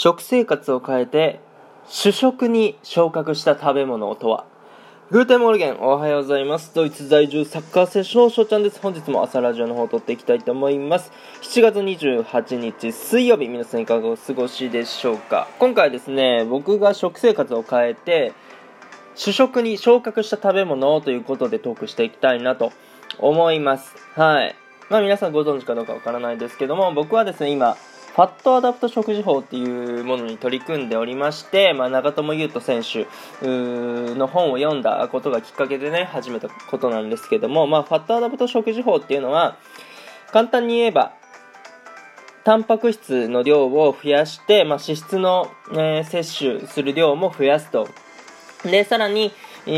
食生活を変えて主食に昇格した食べ物とは。グーテンモルゲン、おはようございます。ドイツ在住サッカー選手の翔ちゃんです。本日も朝ラジオの方を撮っていきたいと思います。7月28日水曜日、皆さんいかがお過ごしでしょうか。今回ですね、僕が食生活を変えて主食に昇格した食べ物ということでトークしていきたいなと思います。はい。皆さんご存知かどうかわからないですけども、僕はですね、今ファットアダプト食事法っていうものに取り組んでおりまして、長友佑都選手の本を読んだことがきっかけでね、始めたことなんですけども、ファットアダプト食事法っていうのは、簡単に言えば、タンパク質の量を増やして、脂質の、摂取する量も増やすと。で、さらに、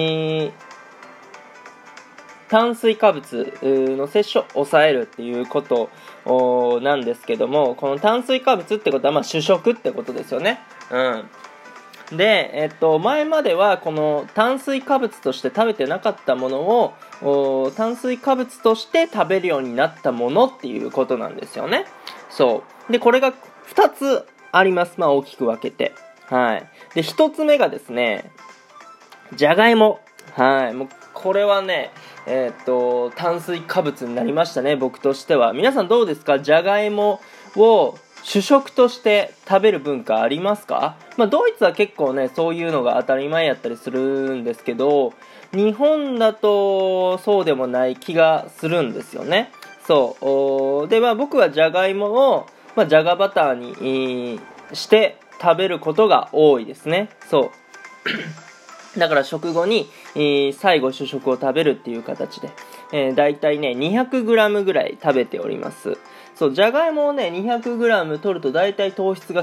炭水化物の摂取を抑えるっていうことなんですけども、この炭水化物ってことは主食ってことですよね。で、前まではこの炭水化物として食べてなかったものを炭水化物として食べるようになったものっていうことなんですよね。そうで、これが2つあります。大きく分けて。はい。で、1つ目がですね、じゃがいも。はい。もうこれはね、炭水化物になりましたね、僕としては。皆さんどうですか？じゃがいもを主食として食べる文化ありますか？ドイツは結構ね、そういうのが当たり前やったりするんですけど、日本だとそうでもない気がするんですよね。そうで、僕はじゃがいもを、じゃがバターにして食べることが多いですね。そうだから食後に、最後主食を食べるっていう形で、だいたいね 200g ぐらい食べております。そう、じゃがいもをね 200g 取るとだいたい糖質が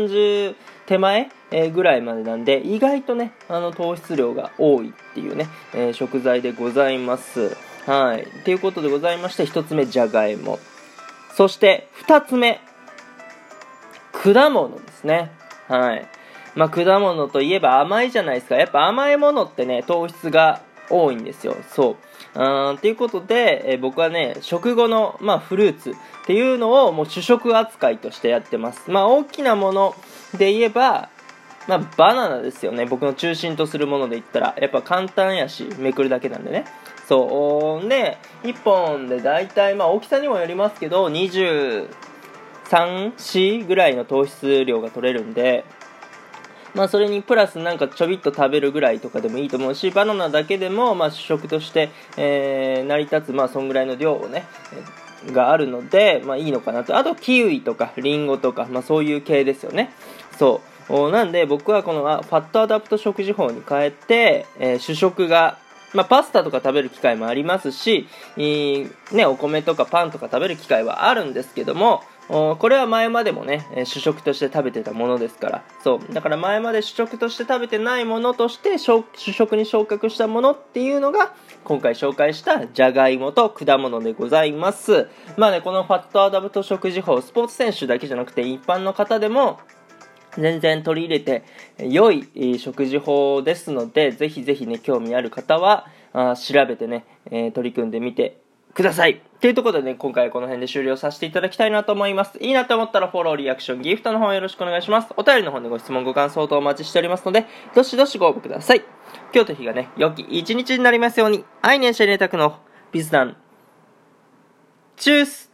30手前、ぐらいまでなんで、意外とね糖質量が多いっていうね、食材でございます。はい、ということでございまして、1つ目じゃがいも、そして2つ目果物ですね。はい。果物といえば甘いじゃないですか。やっぱ甘いものってね、糖質が多いんですよ。ということで、僕はね、食後の、フルーツっていうのをもう主食扱いとしてやってます。大きなもので言えば、バナナですよね。僕の中心とするもので言ったら。やっぱ簡単やし、めくるだけなんでね。で、1本でだいたい、大きさにもよりますけど、23、4ぐらいの糖質量が取れるんで、それにプラスなんかちょびっと食べるぐらいとかでもいいと思うし、バナナだけでも主食として、成り立つそんぐらいの量をね、があるので、いいのかなと。あとキウイとかリンゴとか、そういう系ですよね。なんで僕はこのファットアダプト食事法に変えて、主食がパスタとか食べる機会もありますし、お米とかパンとか食べる機会はあるんですけども、これは前までもね主食として食べてたものですから。だから前まで主食として食べてないものとして主食に昇格したものっていうのが今回紹介したじゃがいもと果物でございます。このファットアダプト食事法、スポーツ選手だけじゃなくて一般の方でも全然取り入れて良い食事法ですので、ぜひぜひね、興味ある方は調べてね、取り組んでみてください。というところでね、今回はこの辺で終了させていただきたいなと思います。いいなと思ったらフォロー、リアクション、ギフトの方よろしくお願いします。お便りの方でご質問、ご感想等お待ちしておりますので、どしどしご応募ください。今日と日がね、良き一日になりますように。アイネンシェネタクのビズダン。チュース